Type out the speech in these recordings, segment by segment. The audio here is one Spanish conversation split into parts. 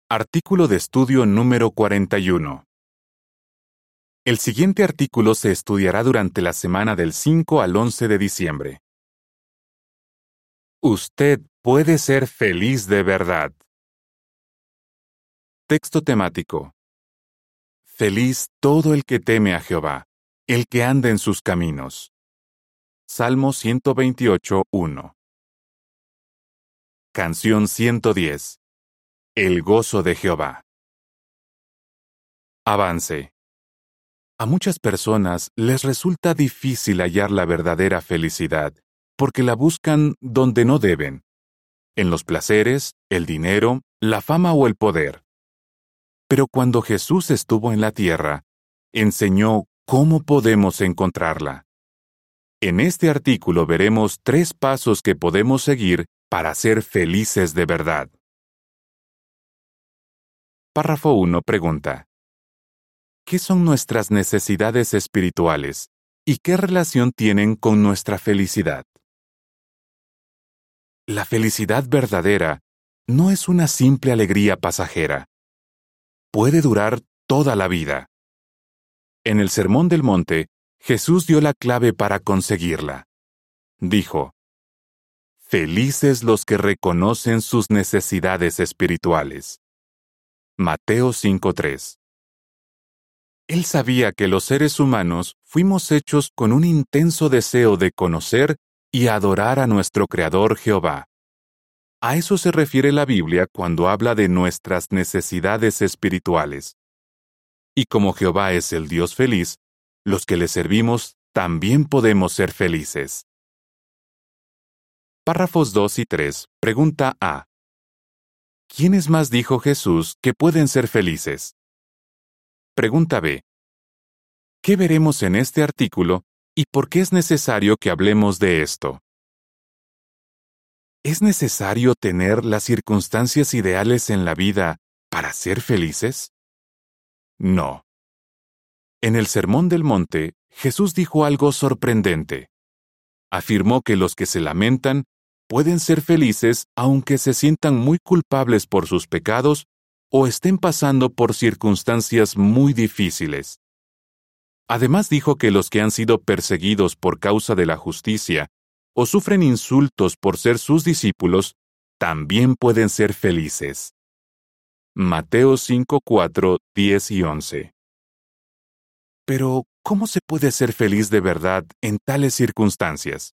Artículo de estudio número 41. El siguiente artículo se estudiará durante la semana del 5 al 11 de diciembre. Usted puede ser feliz de verdad. Texto temático. Feliz todo el que teme a Jehová, el que anda en sus caminos. Salmo 128:1. Canción 110. El gozo de Jehová. Avance. A muchas personas les resulta difícil hallar la verdadera felicidad, porque la buscan donde no deben, en los placeres, el dinero, la fama o el poder. Pero cuando Jesús estuvo en la tierra, enseñó cómo podemos encontrarla. En este artículo veremos 3 pasos que podemos seguir para ser felices de verdad. Párrafo 1 pregunta: ¿qué son nuestras necesidades espirituales y qué relación tienen con nuestra felicidad? La felicidad verdadera no es una simple alegría pasajera. Puede durar toda la vida. En el Sermón del Monte, Jesús dio la clave para conseguirla. Dijo: felices los que reconocen sus necesidades espirituales. Mateo 5:3. Él sabía que los seres humanos fuimos hechos con un intenso deseo de conocer y adorar a nuestro Creador Jehová. A eso se refiere la Biblia cuando habla de nuestras necesidades espirituales. Y como Jehová es el Dios feliz, los que le servimos también podemos ser felices. Párrafos 2 y 3. Pregunta A. ¿Quiénes más dijo Jesús que pueden ser felices? Pregunta B. ¿Qué veremos en este artículo y por qué es necesario que hablemos de esto? ¿Es necesario tener las circunstancias ideales en la vida para ser felices? No. En el Sermón del Monte, Jesús dijo algo sorprendente. Afirmó que los que se lamentan pueden ser felices aunque se sientan muy culpables por sus pecados o estén pasando por circunstancias muy difíciles. Además dijo que los que han sido perseguidos por causa de la justicia o sufren insultos por ser sus discípulos, también pueden ser felices. Mateo 5:4, 10 y 11. Pero, ¿cómo se puede ser feliz de verdad en tales circunstancias?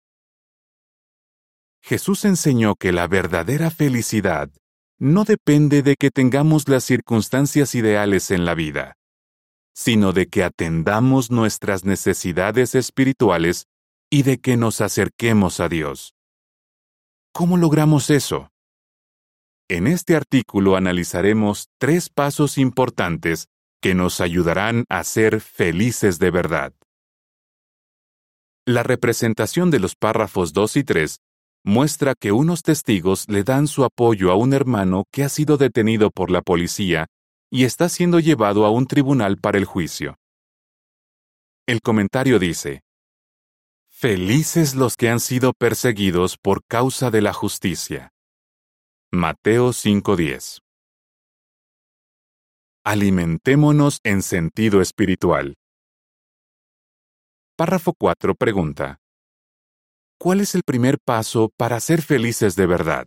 Jesús enseñó que la verdadera felicidad no depende de que tengamos las circunstancias ideales en la vida, sino de que atendamos nuestras necesidades espirituales y de que nos acerquemos a Dios. ¿Cómo logramos eso? En este artículo analizaremos 3 pasos importantes que nos ayudarán a ser felices de verdad. La representación de los párrafos 2 y 3 muestra que unos testigos le dan su apoyo a un hermano que ha sido detenido por la policía y está siendo llevado a un tribunal para el juicio. El comentario dice: felices los que han sido perseguidos por causa de la justicia. Mateo 5:10. Alimentémonos en sentido espiritual. Párrafo 4 pregunta: ¿cuál es el primer paso para ser felices de verdad?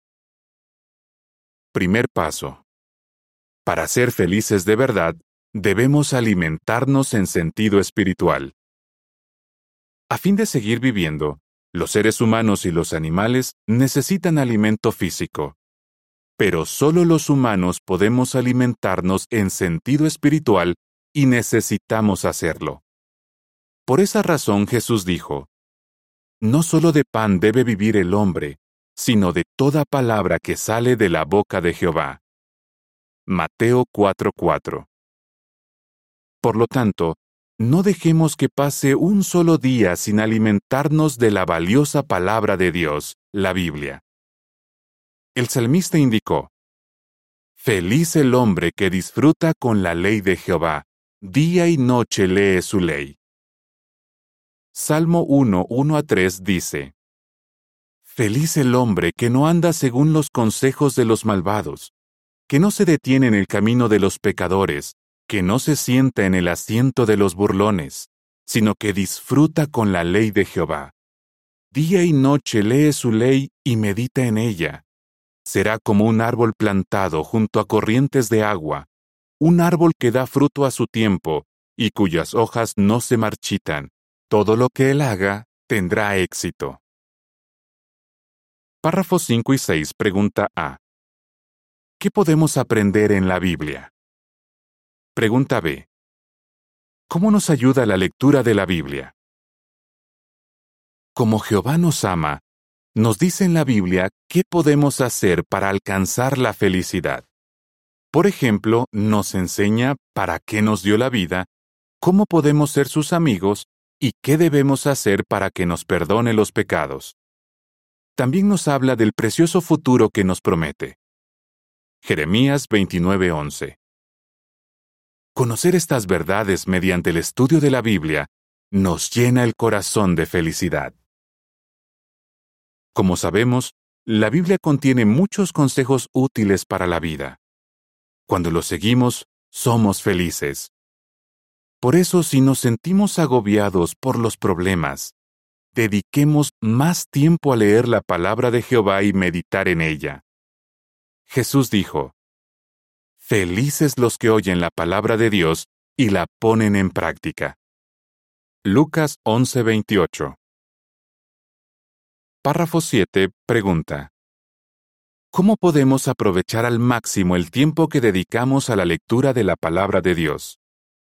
Primer paso. Para ser felices de verdad, debemos alimentarnos en sentido espiritual. A fin de seguir viviendo, los seres humanos y los animales necesitan alimento físico. Pero solo los humanos podemos alimentarnos en sentido espiritual y necesitamos hacerlo. Por esa razón Jesús dijo: no solo de pan debe vivir el hombre, sino de toda palabra que sale de la boca de Jehová. Mateo 4:4. Por lo tanto, no dejemos que pase un solo día sin alimentarnos de la valiosa palabra de Dios, la Biblia. El salmista indicó: feliz el hombre que disfruta con la ley de Jehová, día y noche lee su ley. Salmo 1, 1-3 dice: feliz el hombre que no anda según los consejos de los malvados, que no se detiene en el camino de los pecadores, que no se sienta en el asiento de los burlones, sino que disfruta con la ley de Jehová. Día y noche lee su ley y medita en ella. Será como un árbol plantado junto a corrientes de agua, un árbol que da fruto a su tiempo y cuyas hojas no se marchitan. Todo lo que él haga tendrá éxito. Párrafos 5 y 6, pregunta A. ¿Qué podemos aprender en la Biblia? Pregunta B. ¿Cómo nos ayuda la lectura de la Biblia? Como Jehová nos ama, nos dice en la Biblia qué podemos hacer para alcanzar la felicidad. Por ejemplo, nos enseña para qué nos dio la vida, cómo podemos ser sus amigos y qué debemos hacer para que nos perdone los pecados. También nos habla del precioso futuro que nos promete. Jeremías 29:11. Conocer estas verdades mediante el estudio de la Biblia nos llena el corazón de felicidad. Como sabemos, la Biblia contiene muchos consejos útiles para la vida. Cuando los seguimos, somos felices. Por eso, si nos sentimos agobiados por los problemas, dediquemos más tiempo a leer la palabra de Jehová y meditar en ella. Jesús dijo: «Felices los que oyen la palabra de Dios y la ponen en práctica». Lucas 11:28. Párrafo 7, pregunta: ¿cómo podemos aprovechar al máximo el tiempo que dedicamos a la lectura de la palabra de Dios?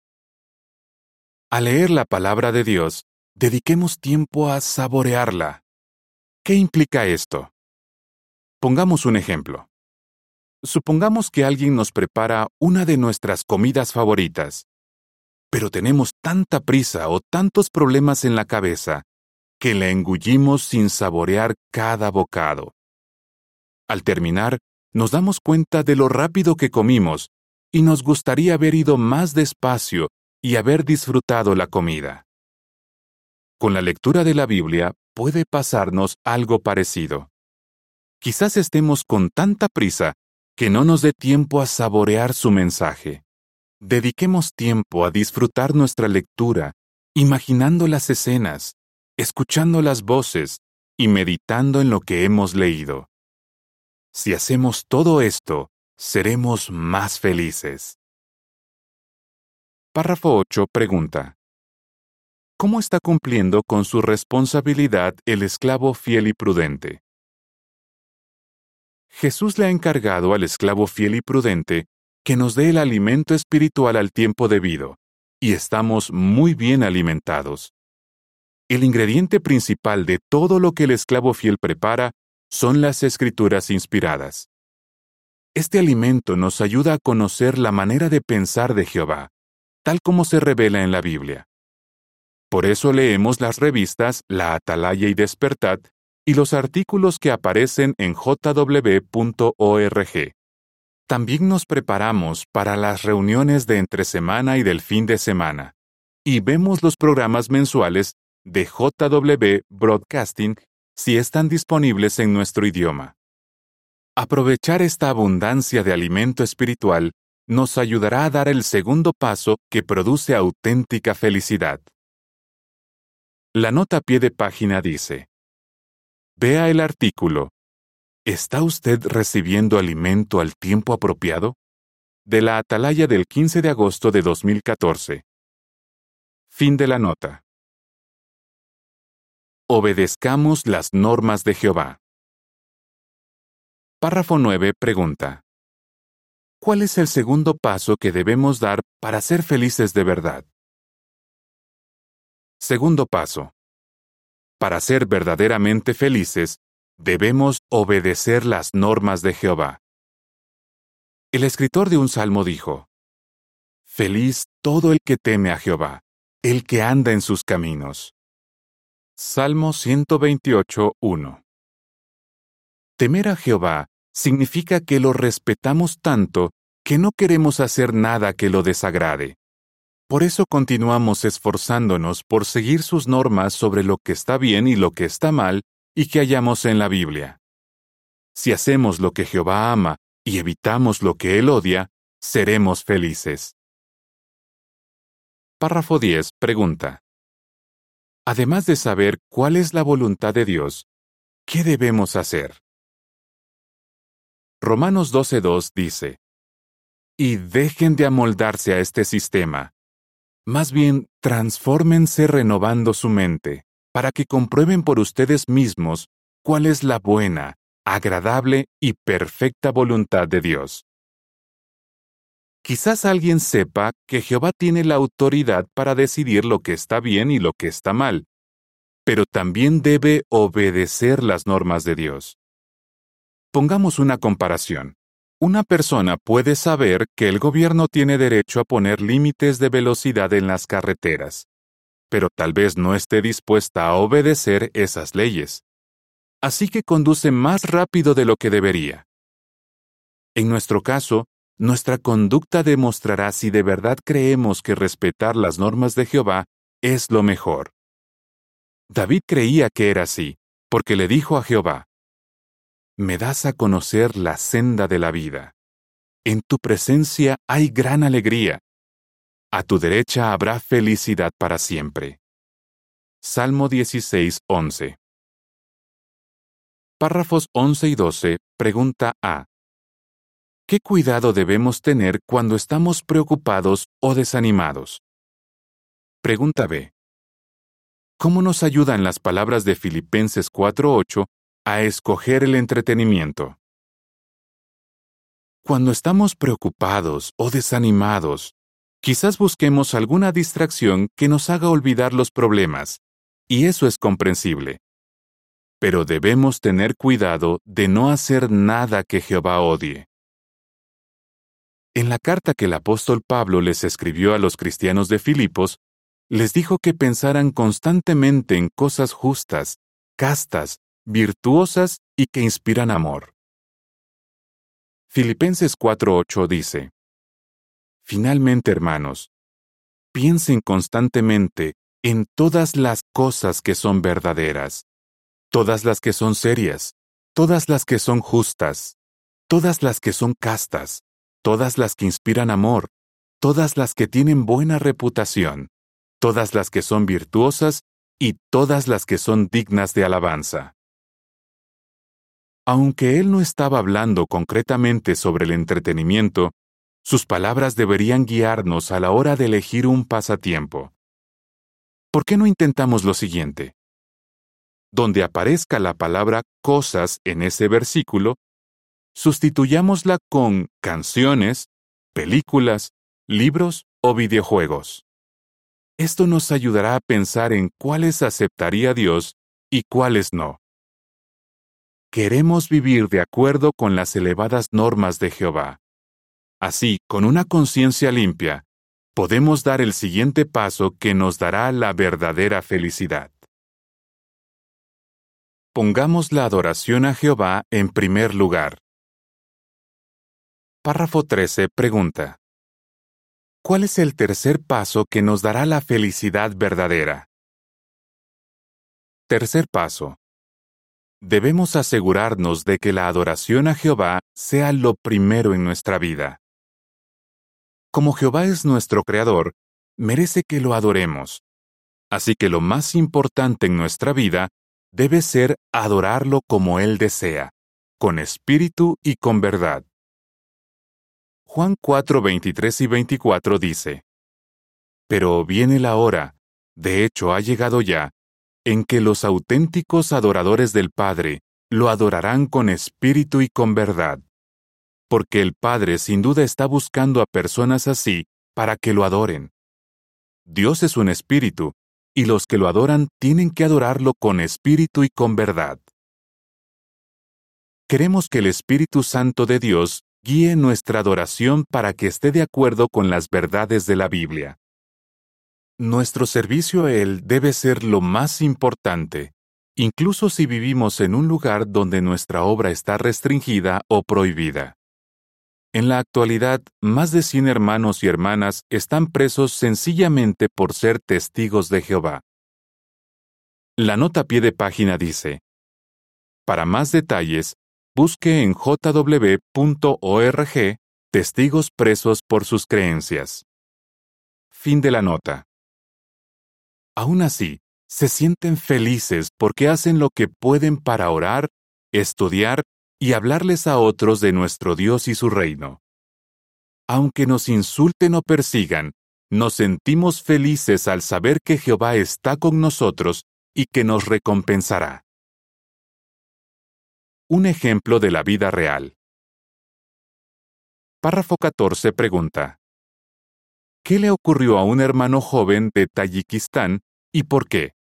Al leer la palabra de Dios, dediquemos tiempo a saborearla. ¿Qué implica esto? Pongamos un ejemplo. Supongamos que alguien nos prepara una de nuestras comidas favoritas, pero tenemos tanta prisa o tantos problemas en la cabeza que la engullimos sin saborear cada bocado. Al terminar, nos damos cuenta de lo rápido que comimos y nos gustaría haber ido más despacio y haber disfrutado la comida. Con la lectura de la Biblia puede pasarnos algo parecido. Quizás estemos con tanta prisa que no nos dé tiempo a saborear su mensaje. Dediquemos tiempo a disfrutar nuestra lectura, imaginando las escenas, escuchando las voces y meditando en lo que hemos leído. Si hacemos todo esto, seremos más felices. Párrafo 8, pregunta: ¿cómo está cumpliendo con su responsabilidad el esclavo fiel y prudente? Jesús le ha encargado al esclavo fiel y prudente que nos dé el alimento espiritual al tiempo debido, y estamos muy bien alimentados. El ingrediente principal de todo lo que el esclavo fiel prepara son las Escrituras inspiradas. Este alimento nos ayuda a conocer la manera de pensar de Jehová, tal como se revela en la Biblia. Por eso leemos las revistas La Atalaya y Despertad y los artículos que aparecen en jw.org. También nos preparamos para las reuniones de entre semana y del fin de semana, y vemos los programas mensuales de JW Broadcasting si están disponibles en nuestro idioma. Aprovechar esta abundancia de alimento espiritual nos ayudará a dar el segundo paso que produce auténtica felicidad. La nota a pie de página dice: vea el artículo ¿Está usted recibiendo alimento al tiempo apropiado? De la Atalaya del 15 de agosto de 2014. Fin de la nota. Obedezcamos las normas de Jehová. Párrafo 9, pregunta: ¿cuál es el segundo paso que debemos dar para ser felices de verdad? Segundo paso: para ser verdaderamente felices, debemos obedecer las normas de Jehová. El escritor de un salmo dijo: «Feliz todo el que teme a Jehová, el que anda en sus caminos». Salmo 128:1. Temer a Jehová significa que lo respetamos tanto que no queremos hacer nada que lo desagrade. Por eso continuamos esforzándonos por seguir sus normas sobre lo que está bien y lo que está mal y que hallamos en la Biblia. Si hacemos lo que Jehová ama y evitamos lo que Él odia, seremos felices. Párrafo 10. Pregunta. Además de saber cuál es la voluntad de Dios, ¿qué debemos hacer? Romanos 12:2 dice, y dejen de amoldarse a este sistema. Más bien, transfórmense renovando su mente, para que comprueben por ustedes mismos cuál es la buena, agradable y perfecta voluntad de Dios. Quizás alguien sepa que Jehová tiene la autoridad para decidir lo que está bien y lo que está mal, pero también debe obedecer las normas de Dios. Pongamos una comparación. Una persona puede saber que el gobierno tiene derecho a poner límites de velocidad en las carreteras, pero tal vez no esté dispuesta a obedecer esas leyes. Así que conduce más rápido de lo que debería. En nuestro caso, nuestra conducta demostrará si de verdad creemos que respetar las normas de Jehová es lo mejor. David creía que era así, porque le dijo a Jehová, «Me das a conocer la senda de la vida. En tu presencia hay gran alegría. A tu derecha habrá felicidad para siempre». Salmo 16:11. Párrafos 11 y 12, pregunta A. ¿Qué cuidado debemos tener cuando estamos preocupados o desanimados? Pregunta B. ¿Cómo nos ayudan las palabras de Filipenses 4:8 a escoger el entretenimiento? Cuando estamos preocupados o desanimados, quizás busquemos alguna distracción que nos haga olvidar los problemas, y eso es comprensible. Pero debemos tener cuidado de no hacer nada que Jehová odie. En la carta que el apóstol Pablo les escribió a los cristianos de Filipos, les dijo que pensaran constantemente en cosas justas, castas, virtuosas y que inspiran amor. Filipenses 4:8 dice, «Finalmente, hermanos, piensen constantemente en todas las cosas que son verdaderas, todas las que son serias, todas las que son justas, todas las que son castas, todas las que inspiran amor, todas las que tienen buena reputación, todas las que son virtuosas y todas las que son dignas de alabanza». Aunque él no estaba hablando concretamente sobre el entretenimiento, sus palabras deberían guiarnos a la hora de elegir un pasatiempo. ¿Por qué no intentamos lo siguiente? Donde aparezca la palabra cosas en ese versículo, sustituyámosla con canciones, películas, libros o videojuegos. Esto nos ayudará a pensar en cuáles aceptaría Dios y cuáles no. Queremos vivir de acuerdo con las elevadas normas de Jehová. Así, con una conciencia limpia, podemos dar el siguiente paso que nos dará la verdadera felicidad. Pongamos la adoración a Jehová en primer lugar. Párrafo 13 pregunta. ¿Cuál es el tercer paso que nos dará la felicidad verdadera? Tercer paso. Debemos asegurarnos de que la adoración a Jehová sea lo primero en nuestra vida. Como Jehová es nuestro Creador, merece que lo adoremos. Así que lo más importante en nuestra vida debe ser adorarlo como Él desea, con espíritu y con verdad. Juan 4:23 y 24 dice, «Pero viene la hora, de hecho ha llegado ya, en que los auténticos adoradores del Padre lo adorarán con espíritu y con verdad. Porque el Padre sin duda está buscando a personas así para que lo adoren. Dios es un espíritu, y los que lo adoran tienen que adorarlo con espíritu y con verdad». Queremos que el Espíritu Santo de Dios guíe nuestra adoración para que esté de acuerdo con las verdades de la Biblia. Nuestro servicio a Él debe ser lo más importante, incluso si vivimos en un lugar donde nuestra obra está restringida o prohibida. En la actualidad, más de 100 hermanos y hermanas están presos sencillamente por ser testigos de Jehová. La nota a pie de página dice, «Para más detalles, Busque en jw.org testigos presos por sus creencias. Fin de la nota. Aún así, se sienten felices porque hacen lo que pueden para orar, estudiar y hablarles a otros de nuestro Dios y su reino. Aunque nos insulten o persigan, nos sentimos felices al saber que Jehová está con nosotros y que nos recompensará. Un ejemplo de la vida real. Párrafo 14 pregunta: ¿qué le ocurrió a un hermano joven de Tayikistán y por qué?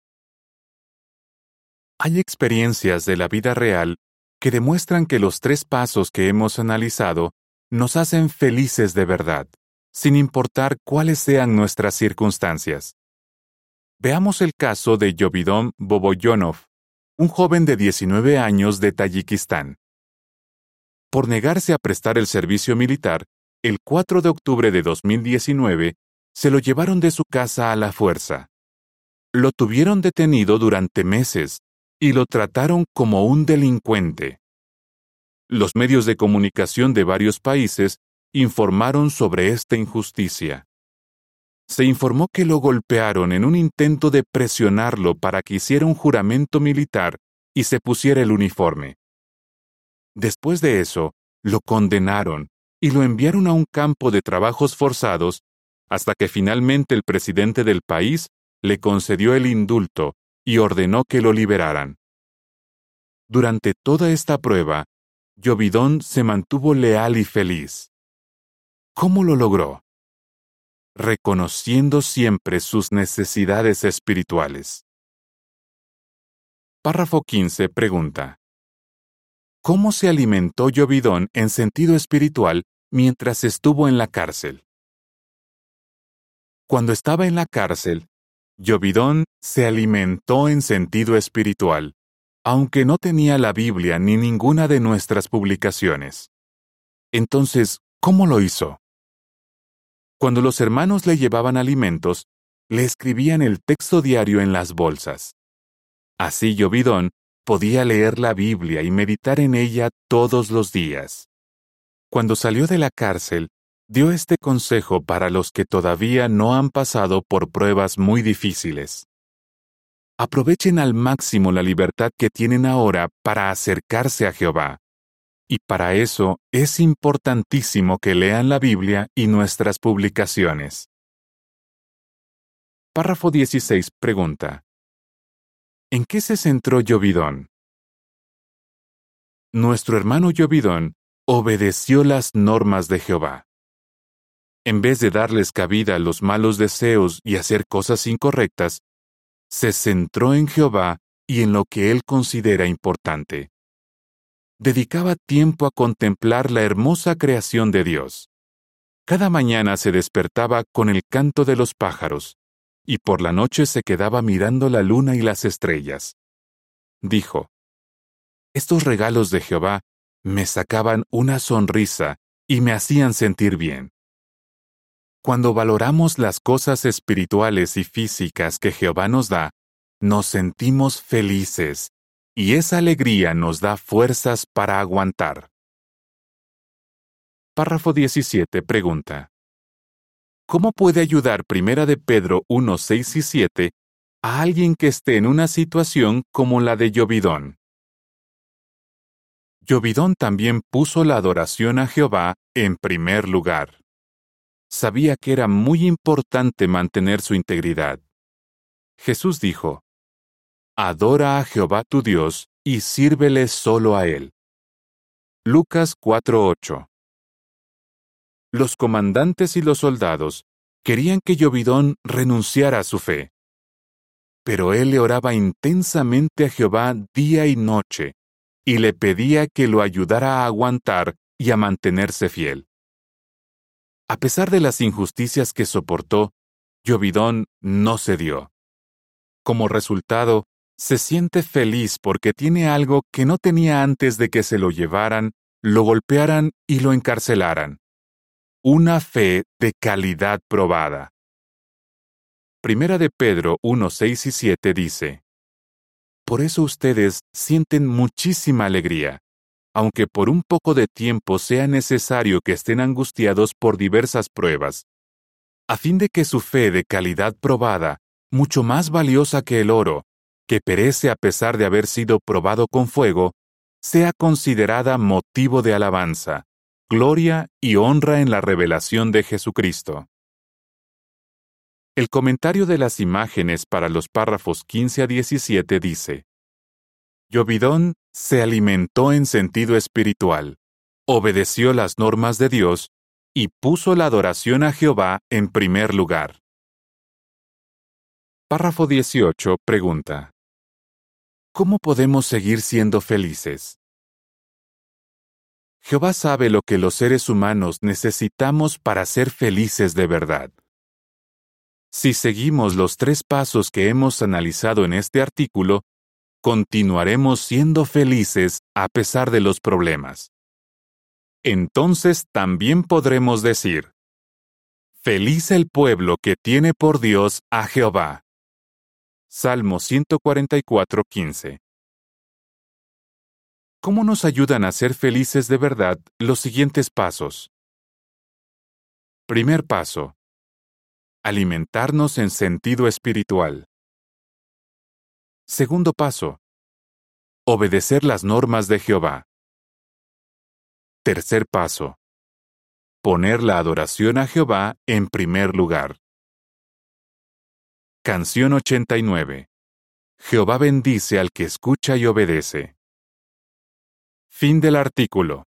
Hay experiencias de la vida real que demuestran que los 3 pasos que hemos analizado nos hacen felices de verdad, sin importar cuáles sean nuestras circunstancias. Veamos el caso de Yovidon Boboyonov, un joven de 19 años de Tayikistán. Por negarse a prestar el servicio militar, el 4 de octubre de 2019, se lo llevaron de su casa a la fuerza. Lo tuvieron detenido durante meses y lo trataron como un delincuente. Los medios de comunicación de varios países informaron sobre esta injusticia. Se informó que lo golpearon en un intento de presionarlo para que hiciera un juramento militar y se pusiera el uniforme. Después de eso, lo condenaron y lo enviaron a un campo de trabajos forzados hasta que finalmente el presidente del país le concedió el indulto y ordenó que lo liberaran. Durante toda esta prueba, Yovidon se mantuvo leal y feliz. ¿Cómo lo logró? Reconociendo siempre sus necesidades espirituales. Párrafo 15 pregunta: ¿cómo se alimentó Yovidon en sentido espiritual mientras estuvo en la cárcel? Cuando estaba en la cárcel, Yovidon se alimentó en sentido espiritual, aunque no tenía la Biblia ni ninguna de nuestras publicaciones. Entonces, ¿cómo lo hizo? Cuando los hermanos le llevaban alimentos, le escribían el texto diario en las bolsas. Así Yovidon podía leer la Biblia y meditar en ella todos los días. Cuando salió de la cárcel, dio este consejo para los que todavía no han pasado por pruebas muy difíciles. Aprovechen al máximo la libertad que tienen ahora para acercarse a Jehová. Y para eso es importantísimo que lean la Biblia y nuestras publicaciones. Párrafo 16 pregunta: ¿en qué se centró Yovidon? Nuestro hermano Yovidon obedeció las normas de Jehová. En vez de darles cabida a los malos deseos y hacer cosas incorrectas, se centró en Jehová y en lo que él considera importante. Dedicaba tiempo a contemplar la hermosa creación de Dios. Cada mañana se despertaba con el canto de los pájaros, y por la noche se quedaba mirando la luna y las estrellas. Dijo: estos regalos de Jehová me sacaban una sonrisa y me hacían sentir bien. Cuando valoramos las cosas espirituales y físicas que Jehová nos da, nos sentimos felices, y esa alegría nos da fuerzas para aguantar. Párrafo 17 pregunta: ¿cómo puede ayudar 1 de Pedro 1, 6 y 7 a alguien que esté en una situación como la de Yovidon? Yovidon también puso la adoración a Jehová en primer lugar. Sabía que era muy importante mantener su integridad. Jesús dijo: adora a Jehová tu Dios y sírvele solo a Él. Lucas 4:8. Los comandantes y los soldados querían que Yovidon renunciara a su fe. Pero él le oraba intensamente a Jehová día y noche, y le pedía que lo ayudara a aguantar y a mantenerse fiel. A pesar de las injusticias que soportó, Yovidon no cedió. Como resultado, se siente feliz porque tiene algo que no tenía antes de que se lo llevaran, lo golpearan y lo encarcelaran: una fe de calidad probada. 1 de Pedro 1, 6 y 7 dice: por eso ustedes sienten muchísima alegría, aunque por un poco de tiempo sea necesario que estén angustiados por diversas pruebas, a fin de que su fe de calidad probada, mucho más valiosa que el oro, que perece a pesar de haber sido probado con fuego, sea considerada motivo de alabanza, gloria y honra en la revelación de Jesucristo. El comentario de las imágenes para los párrafos 15 a 17 dice: Jobidón se alimentó en sentido espiritual, obedeció las normas de Dios y puso la adoración a Jehová en primer lugar. Párrafo 18 pregunta: ¿cómo podemos seguir siendo felices? Jehová sabe lo que los seres humanos necesitamos para ser felices de verdad. Si seguimos los 3 pasos que hemos analizado en este artículo, continuaremos siendo felices a pesar de los problemas. Entonces también podremos decir: feliz el pueblo que tiene por Dios a Jehová. Salmo 144:15. ¿Cómo nos ayudan a ser felices de verdad los siguientes pasos? Primer paso: alimentarnos en sentido espiritual. Segundo paso: obedecer las normas de Jehová. Tercer paso: poner la adoración a Jehová en primer lugar. Canción 89. Jehová bendice al que escucha y obedece. Fin del artículo.